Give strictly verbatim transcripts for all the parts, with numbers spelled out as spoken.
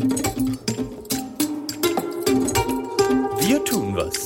Wir tun was.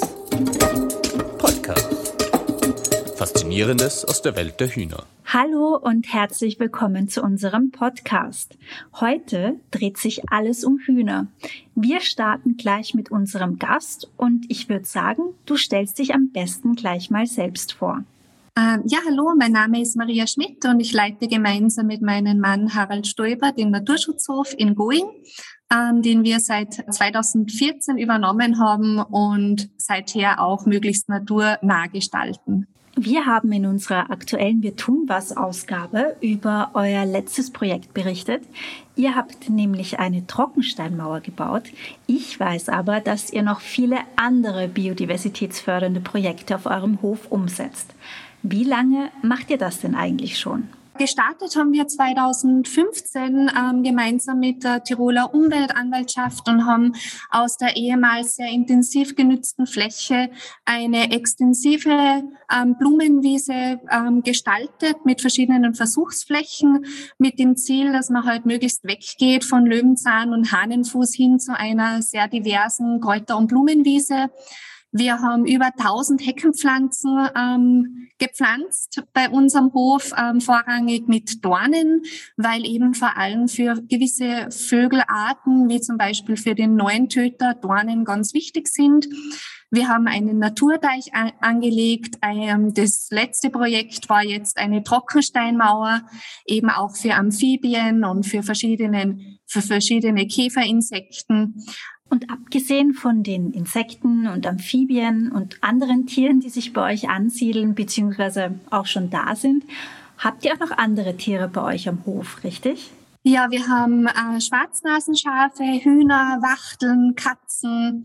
Podcast. Faszinierendes aus der Welt der Hühner. Hallo und herzlich willkommen zu unserem Podcast. Heute dreht sich alles um Hühner. Wir starten gleich mit unserem Gast und ich würde sagen, du stellst dich am besten gleich mal selbst vor. Ähm, ja, hallo, mein Name ist Maria Schmidt und ich leite gemeinsam mit meinem Mann Harald Stoiber den Naturschutzhof in Going, ähm, den wir seit zweitausendvierzehn übernommen haben und seither auch möglichst naturnah gestalten. Wir haben in unserer aktuellen Wir tun was Ausgabe über euer letztes Projekt berichtet. Ihr habt nämlich eine Trockensteinmauer gebaut. Ich weiß aber, dass ihr noch viele andere biodiversitätsfördernde Projekte auf eurem Hof umsetzt. Wie lange macht ihr das denn eigentlich schon? Gestartet haben wir zweitausendfünfzehn ähm, gemeinsam mit der Tiroler Umweltanwaltschaft und haben aus der ehemals sehr intensiv genützten Fläche eine extensive ähm, Blumenwiese ähm, gestaltet mit verschiedenen Versuchsflächen, mit dem Ziel, dass man halt möglichst weggeht von Löwenzahn und Hahnenfuß hin zu einer sehr diversen Kräuter- und Blumenwiese. Wir haben über tausend Heckenpflanzen ähm, gepflanzt bei unserem Hof, ähm, vorrangig mit Dornen, weil eben vor allem für gewisse Vögelarten, wie zum Beispiel für den Neuntöter, Dornen ganz wichtig sind. Wir haben einen Naturteich a- angelegt. Ähm, das letzte Projekt war jetzt eine Trockensteinmauer, eben auch für Amphibien und für, verschiedenen, für verschiedene Käferinsekten. Und abgesehen von den Insekten und Amphibien und anderen Tieren, die sich bei euch ansiedeln bzw. auch schon da sind, habt ihr auch noch andere Tiere bei euch am Hof, richtig? Ja, wir haben äh, Schwarznasenschafe, Hühner, Wachteln, Katzen.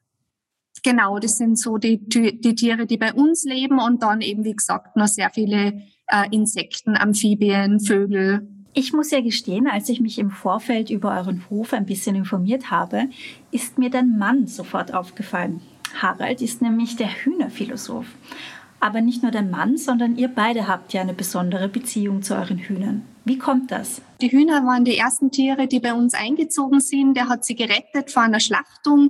Genau, das sind so die, die Tiere, die bei uns leben und dann eben, wie gesagt, noch sehr viele äh, Insekten, Amphibien, Vögel. Ich muss ja gestehen, als ich mich im Vorfeld über euren Hof ein bisschen informiert habe, ist mir dein Mann sofort aufgefallen. Harald ist nämlich der Hühnerphilosoph. Aber nicht nur der Mann, sondern ihr beide habt ja eine besondere Beziehung zu euren Hühnern. Wie kommt das? Die Hühner waren die ersten Tiere, die bei uns eingezogen sind. Der hat sie gerettet vor einer Schlachtung.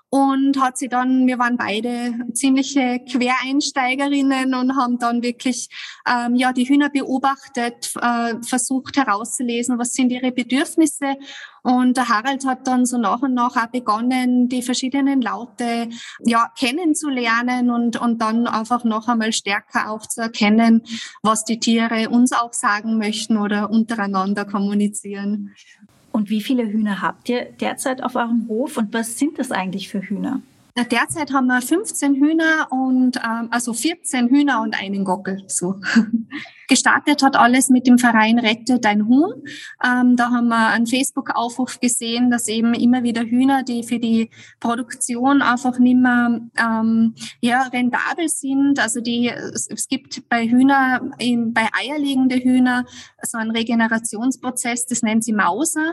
Und hat sie dann, wir waren beide ziemliche Quereinsteigerinnen und haben dann wirklich ähm, ja die Hühner beobachtet, äh, versucht herauszulesen, was sind ihre Bedürfnisse. Und der Harald hat dann so nach und nach auch begonnen, die verschiedenen Laute ja kennenzulernen und und dann einfach noch einmal stärker auch zu erkennen, was die Tiere uns auch sagen möchten oder untereinander kommunizieren. Und wie viele Hühner habt ihr derzeit auf eurem Hof und was sind das eigentlich für Hühner? Derzeit haben wir fünfzehn Hühner und ähm, also vierzehn Hühner und einen Gockel. So. Gestartet hat alles mit dem Verein Rette dein Huhn. Ähm, da haben wir einen Facebook-Aufruf gesehen, dass eben immer wieder Hühner, die für die Produktion einfach nicht mehr ähm, ja, rentabel sind. Also die, es, es gibt bei Hühner, in, bei eierlegende Hühner so einen Regenerationsprozess, das nennt sie Mauser.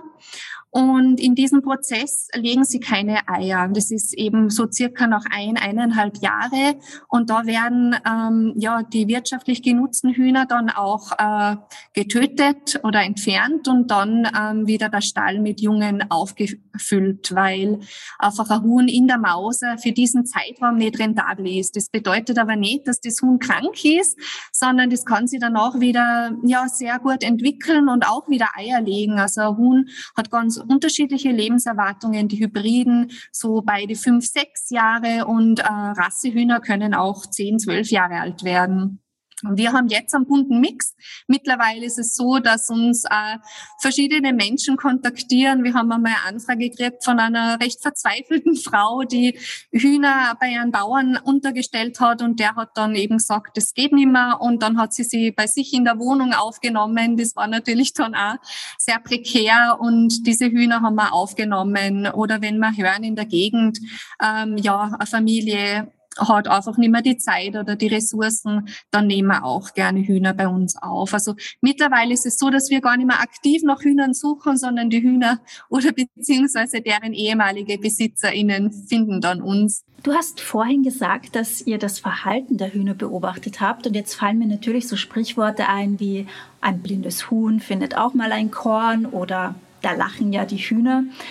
Und in diesem Prozess legen sie keine Eier. Das ist eben so circa noch ein, eineinhalb Jahre. Und da werden ähm, ja die wirtschaftlich genutzten Hühner dann auch äh, getötet oder entfernt und dann ähm, wieder der Stall mit Jungen aufgefüllt, weil einfach ein Huhn in der Mauser für diesen Zeitraum nicht rentabel ist. Das bedeutet aber nicht, dass das Huhn krank ist, sondern das kann sich danach wieder ja sehr gut entwickeln und auch wieder Eier legen. Also ein Huhn hat ganz unterschiedliche Lebenserwartungen, die Hybriden so beide fünf, sechs Jahre und äh, Rassehühner können auch zehn, zwölf Jahre alt werden. Und wir haben jetzt einen bunten Mix. Mittlerweile ist es so, dass uns äh, verschiedene Menschen kontaktieren. Wir haben einmal eine Anfrage gekriegt von einer recht verzweifelten Frau, die Hühner bei einem Bauern untergestellt hat und der hat dann eben gesagt, das geht nicht mehr und dann hat sie sie bei sich in der Wohnung aufgenommen. Das war natürlich dann auch sehr prekär und diese Hühner haben wir aufgenommen. Oder wenn wir hören in der Gegend, ähm, ja, eine Familie hat einfach nicht mehr die Zeit oder die Ressourcen, dann nehmen wir auch gerne Hühner bei uns auf. Also mittlerweile ist es so, dass wir gar nicht mehr aktiv nach Hühnern suchen, sondern die Hühner oder beziehungsweise deren ehemalige BesitzerInnen finden dann uns. Du hast vorhin gesagt, dass ihr das Verhalten der Hühner beobachtet habt und jetzt fallen mir natürlich so Sprichworte ein wie ein blindes Huhn findet auch mal ein Korn oder da lachen ja die Hühner.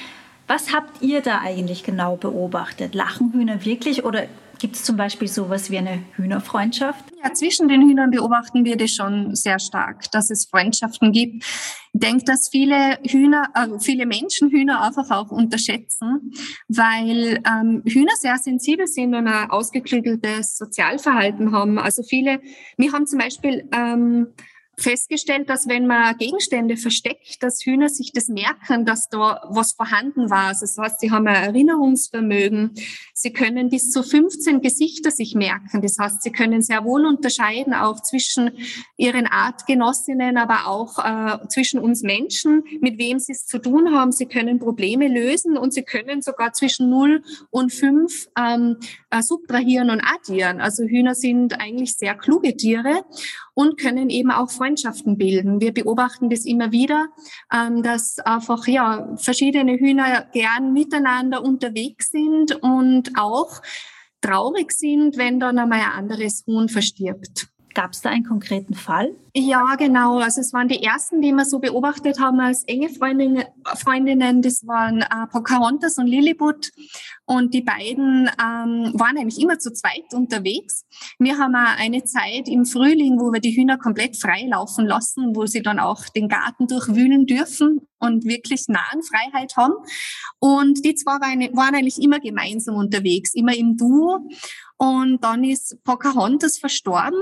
Was habt ihr da eigentlich genau beobachtet? Lachen Hühner wirklich oder gibt es zum Beispiel sowas wie eine Hühnerfreundschaft? Ja, zwischen den Hühnern beobachten wir das schon sehr stark, dass es Freundschaften gibt. Ich denke, dass viele Hühner, äh, viele Menschen Hühner einfach auch unterschätzen, weil ähm, Hühner sehr sensibel sind und ein ausgeklügeltes Sozialverhalten haben. Also viele, wir haben zum Beispiel ähm, festgestellt, dass wenn man Gegenstände versteckt, dass Hühner sich das merken, dass da was vorhanden war. Also das heißt, sie haben ein Erinnerungsvermögen. Sie können bis zu fünfzehn Gesichter sich merken. Das heißt, sie können sehr wohl unterscheiden, auch zwischen ihren Artgenossinnen, aber auch äh, zwischen uns Menschen, mit wem sie es zu tun haben. Sie können Probleme lösen und sie können sogar zwischen null und fünf ähm, äh, subtrahieren und addieren. Also Hühner sind eigentlich sehr kluge Tiere und können eben auch Freundschaften bilden. Wir beobachten das immer wieder, ähm, dass einfach ja verschiedene Hühner gern miteinander unterwegs sind und auch traurig sind, wenn dann einmal ein anderes Huhn verstirbt. Gab es da einen konkreten Fall? Ja, genau. Also es waren die ersten, die wir so beobachtet haben als enge Freundinnen. Freundinnen. Das waren äh, Pocahontas und Lilliput. Und die beiden ähm, waren eigentlich immer zu zweit unterwegs. Wir haben auch eine Zeit im Frühling, wo wir die Hühner komplett frei laufen lassen, wo sie dann auch den Garten durchwühlen dürfen und wirklich Nahenfreiheit haben. Und die zwei waren eigentlich immer gemeinsam unterwegs, immer im Duo. Und dann ist Pocahontas verstorben.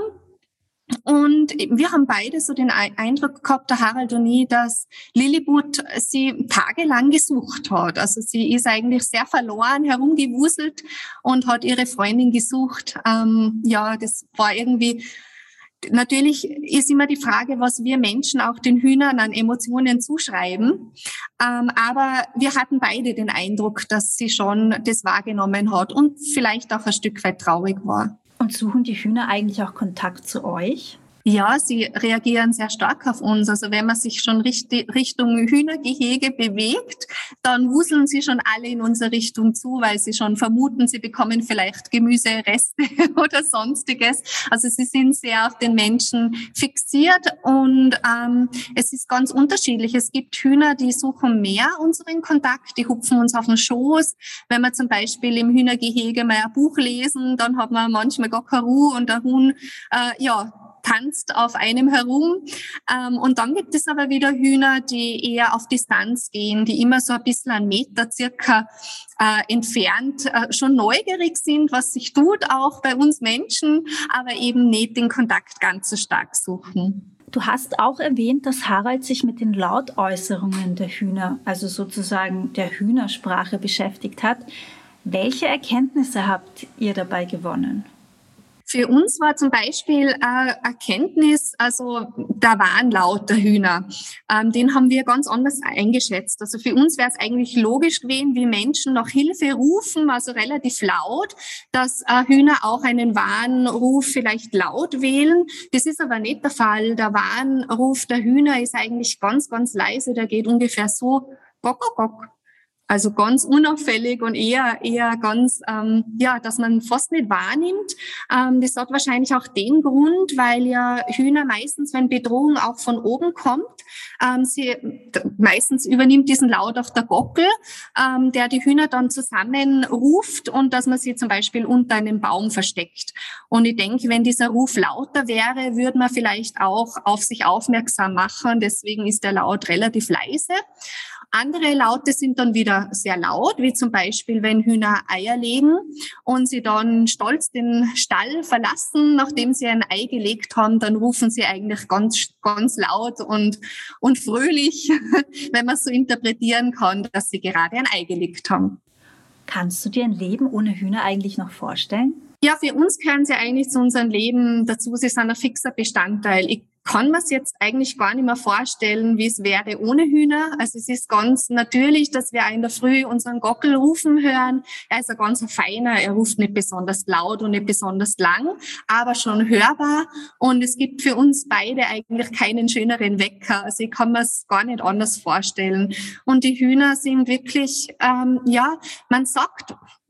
Und wir haben beide so den Eindruck gehabt, der Harald und ich, dass Lilliput sie tagelang gesucht hat. Also sie ist eigentlich sehr verloren herumgewuselt und hat ihre Freundin gesucht. Ähm, ja, das war irgendwie, natürlich ist immer die Frage, was wir Menschen auch den Hühnern an Emotionen zuschreiben. Ähm, aber wir hatten beide den Eindruck, dass sie schon das wahrgenommen hat und vielleicht auch ein Stück weit traurig war. Und suchen die Hühner eigentlich auch Kontakt zu euch? Ja, sie reagieren sehr stark auf uns. Also wenn man sich schon Richtung Hühnergehege bewegt, dann wuseln sie schon alle in unsere Richtung zu, weil sie schon vermuten, sie bekommen vielleicht Gemüsereste oder Sonstiges. Also sie sind sehr auf den Menschen fixiert und ähm, es ist ganz unterschiedlich. Es gibt Hühner, die suchen mehr unseren Kontakt, die hupfen uns auf den Schoß. Wenn wir zum Beispiel im Hühnergehege mal ein Buch lesen, dann hat man manchmal gar keine Ruhe und der Huhn, äh, ja, tanzt auf einem herum. Ähm, und dann gibt es aber wieder Hühner, die eher auf Distanz gehen, die immer so ein bisschen einen Meter circa äh, entfernt äh, schon neugierig sind, was sich tut, auch bei uns Menschen, aber eben nicht den Kontakt ganz so stark suchen. Du hast auch erwähnt, dass Harald sich mit den Lautäußerungen der Hühner, also sozusagen der Hühnersprache, beschäftigt hat. Welche Erkenntnisse habt ihr dabei gewonnen? Für uns war zum Beispiel äh, Erkenntnis, also der Warnlaut der Hühner, ähm, den haben wir ganz anders eingeschätzt. Also für uns wäre es eigentlich logisch gewesen, wie Menschen nach Hilfe rufen, also relativ laut, dass äh, Hühner auch einen Warnruf vielleicht laut wählen. Das ist aber nicht der Fall. Der Warnruf der Hühner ist eigentlich ganz, ganz leise. Der geht ungefähr so, gok, gok, gok. Also ganz unauffällig und eher eher ganz, ähm, ja, dass man fast nicht wahrnimmt. Ähm, das hat wahrscheinlich auch den Grund, weil ja Hühner meistens, wenn Bedrohung auch von oben kommt, ähm, sie meistens übernimmt diesen Laut auch der Gockel, ähm, der die Hühner dann zusammenruft und dass man sie zum Beispiel unter einem Baum versteckt. Und ich denke, wenn dieser Ruf lauter wäre, würde man vielleicht auch auf sich aufmerksam machen. Deswegen ist der Laut relativ leise. Andere Laute sind dann wieder sehr laut, wie zum Beispiel, wenn Hühner Eier legen und sie dann stolz den Stall verlassen, nachdem sie ein Ei gelegt haben, dann rufen sie eigentlich ganz, ganz laut und, und fröhlich, wenn man es so interpretieren kann, dass sie gerade ein Ei gelegt haben. Kannst du dir ein Leben ohne Hühner eigentlich noch vorstellen? Ja, für uns gehören sie eigentlich zu unserem Leben dazu. Sie sind ein fixer Bestandteil. Ich kann mir es jetzt eigentlich gar nicht mehr vorstellen, wie es wäre ohne Hühner. Also es ist ganz natürlich, dass wir in der Früh unseren Gockel rufen hören. Er ist ein ganz feiner, er ruft nicht besonders laut und nicht besonders lang, aber schon hörbar. Und es gibt für uns beide eigentlich keinen schöneren Wecker. Also ich kann mir es gar nicht anders vorstellen. Und die Hühner sind wirklich, ähm, ja, man sagt,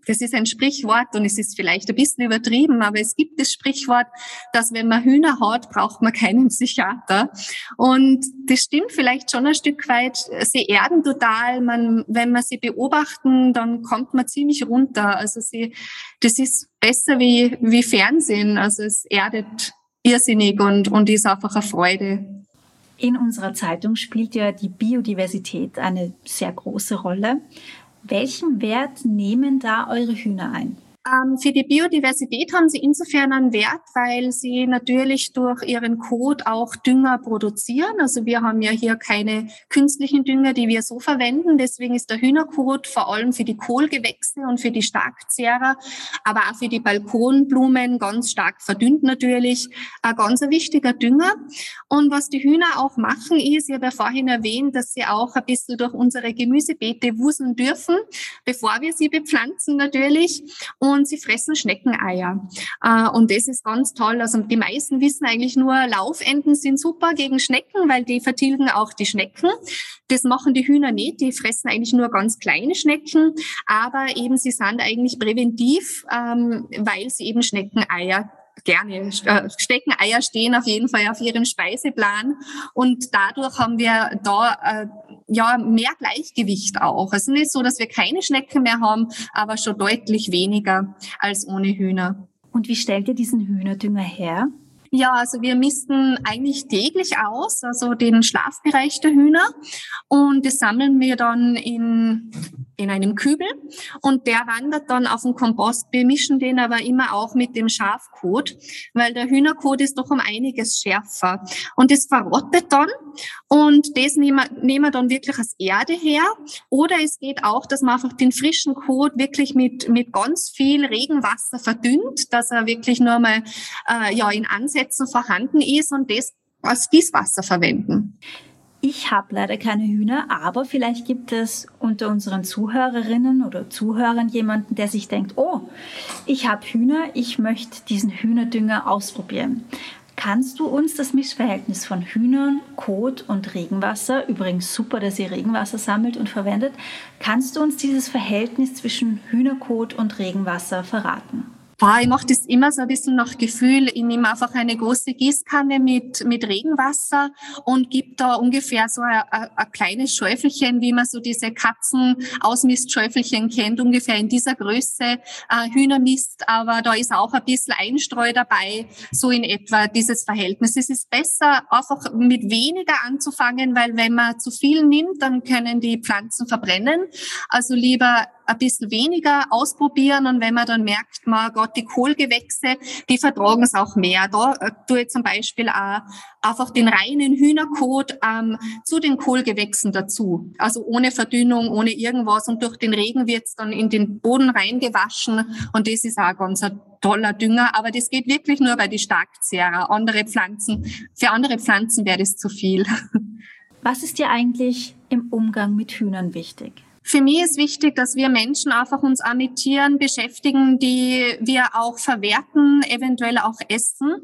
das ist ein Sprichwort und es ist vielleicht ein bisschen übertrieben, aber es gibt das Sprichwort, dass wenn man Hühner hat, braucht man keinen Psychiater. Und das stimmt vielleicht schon ein Stück weit. Sie erden total. Man, wenn man sie beobachten, dann kommt man ziemlich runter. Also sie, das ist besser wie, wie Fernsehen. Also es erdet irrsinnig und, und ist einfach eine Freude. In unserer Zeitung spielt ja die Biodiversität eine sehr große Rolle. Welchen Wert nehmen da eure Hühner ein? Ähm, für die Biodiversität haben sie insofern einen Wert, weil sie natürlich durch ihren Kot auch Dünger produzieren. Also wir haben ja hier keine künstlichen Dünger, die wir so verwenden. Deswegen ist der Hühnerkot vor allem für die Kohlgewächse und für die Starkzehrer, aber auch für die Balkonblumen ganz stark verdünnt natürlich, ein ganz wichtiger Dünger. Und was die Hühner auch machen ist, ich habe ja vorhin erwähnt, dass sie auch ein bisschen durch unsere Gemüsebeete wuseln dürfen, bevor wir sie bepflanzen natürlich. Und Und sie fressen Schneckeneier. Und das ist ganz toll. Also die meisten wissen eigentlich nur, Laufenten sind super gegen Schnecken, weil die vertilgen auch die Schnecken. Das machen die Hühner nicht. Die fressen eigentlich nur ganz kleine Schnecken. Aber eben sie sind eigentlich präventiv, weil sie eben Schneckeneier gerne. Schneckeneier stehen auf jeden Fall auf ihrem Speiseplan. Und dadurch haben wir da ja mehr Gleichgewicht auch. Also nicht so, dass wir keine Schnecken mehr haben, aber schon deutlich weniger als ohne Hühner. Und wie stellt ihr diesen Hühnerdünger her? Ja, also wir misten eigentlich täglich aus, also den Schlafbereich der Hühner. Und das sammeln wir dann in, in einem Kübel. Und der wandert dann auf den Kompost. Wir mischen den aber immer auch mit dem Schafkot, weil der Hühnerkot ist doch um einiges schärfer. Und das verrottet dann. Und das nehmen wir, nehmen wir dann wirklich als Erde her. Oder es geht auch, dass man einfach den frischen Kot wirklich mit, mit ganz viel Regenwasser verdünnt, dass er wirklich nur mal äh, ja, in Ansätzen vorhanden ist und das als Gießwasser verwenden. Ich habe leider keine Hühner, aber vielleicht gibt es unter unseren Zuhörerinnen oder Zuhörern jemanden, der sich denkt, oh, ich habe Hühner, ich möchte diesen Hühnerdünger ausprobieren. Kannst du uns das Mischverhältnis von Hühnern, Kot und Regenwasser, übrigens super, dass ihr Regenwasser sammelt und verwendet, kannst du uns dieses Verhältnis zwischen Hühnerkot und Regenwasser verraten? Ja, ich mache das immer so ein bisschen nach Gefühl. Ich nehme einfach eine große Gießkanne mit mit Regenwasser und gebe da ungefähr so ein, ein, ein kleines Schäufelchen, wie man so diese Katzen-Ausmistschäufelchen kennt, ungefähr in dieser Größe äh, Hühnermist. Aber da ist auch ein bisschen Einstreu dabei, so in etwa dieses Verhältnis. Es ist besser, einfach mit weniger anzufangen, weil wenn man zu viel nimmt, dann können die Pflanzen verbrennen. Also lieber ein bisschen weniger ausprobieren und wenn man dann merkt, man Gott, die Kohlgewächse, die vertragen es auch mehr. Da äh, tue ich zum Beispiel auch einfach den reinen Hühnerkot ähm, zu den Kohlgewächsen dazu. Also ohne Verdünnung, ohne irgendwas und durch den Regen wird es dann in den Boden reingewaschen und das ist auch ganz ein toller Dünger, aber das geht wirklich nur bei den Starkzehrer. Andere Pflanzen, für andere Pflanzen wäre das zu viel. Was ist dir eigentlich im Umgang mit Hühnern wichtig? Für mich ist wichtig, dass wir Menschen einfach uns auch mit Tieren beschäftigen, die wir auch verwerten, eventuell auch essen.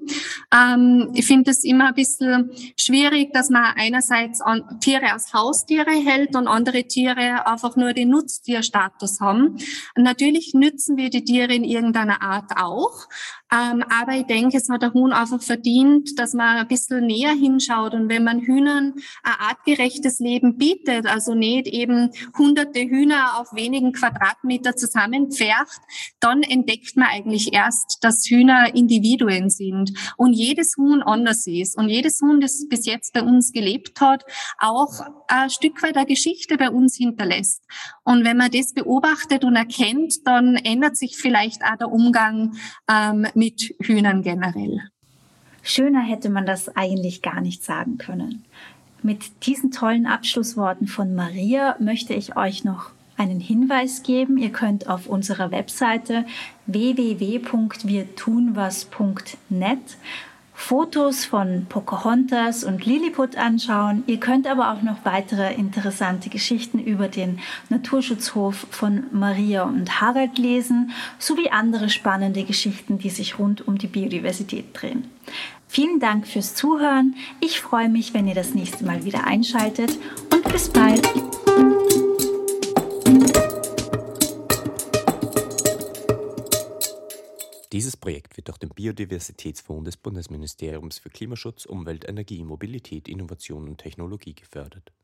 Ähm, ich finde es immer ein bisschen schwierig, dass man einerseits an Tiere als Haustiere hält und andere Tiere einfach nur den Nutztierstatus haben. Natürlich nützen wir die Tiere in irgendeiner Art auch. Ähm, aber ich denke, es hat der Huhn einfach verdient, dass man ein bisschen näher hinschaut. Und wenn man Hühnern ein artgerechtes Leben bietet, also nicht eben hunderte Hühner auf wenigen Quadratmeter zusammenpfercht, dann entdeckt man eigentlich erst, dass Hühner Individuen sind und jedes Huhn anders ist. Und jedes Huhn, das bis jetzt bei uns gelebt hat, auch ein Stück weit eine Geschichte bei uns hinterlässt. Und wenn man das beobachtet und erkennt, dann ändert sich vielleicht auch der Umgang ähm, mit Hühnern generell. Schöner hätte man das eigentlich gar nicht sagen können. Mit diesen tollen Abschlussworten von Maria möchte ich euch noch einen Hinweis geben. Ihr könnt auf unserer Webseite w w w punkt wir tun was punkt net Fotos von Pocahontas und Lilliput anschauen. Ihr könnt aber auch noch weitere interessante Geschichten über den Naturschutzhof von Maria und Harald lesen, sowie andere spannende Geschichten, die sich rund um die Biodiversität drehen. Vielen Dank fürs Zuhören. Ich freue mich, wenn ihr das nächste Mal wieder einschaltet und bis bald. Dieses Projekt wird durch den Biodiversitätsfonds des Bundesministeriums für Klimaschutz, Umwelt, Energie, Mobilität, Innovation und Technologie gefördert.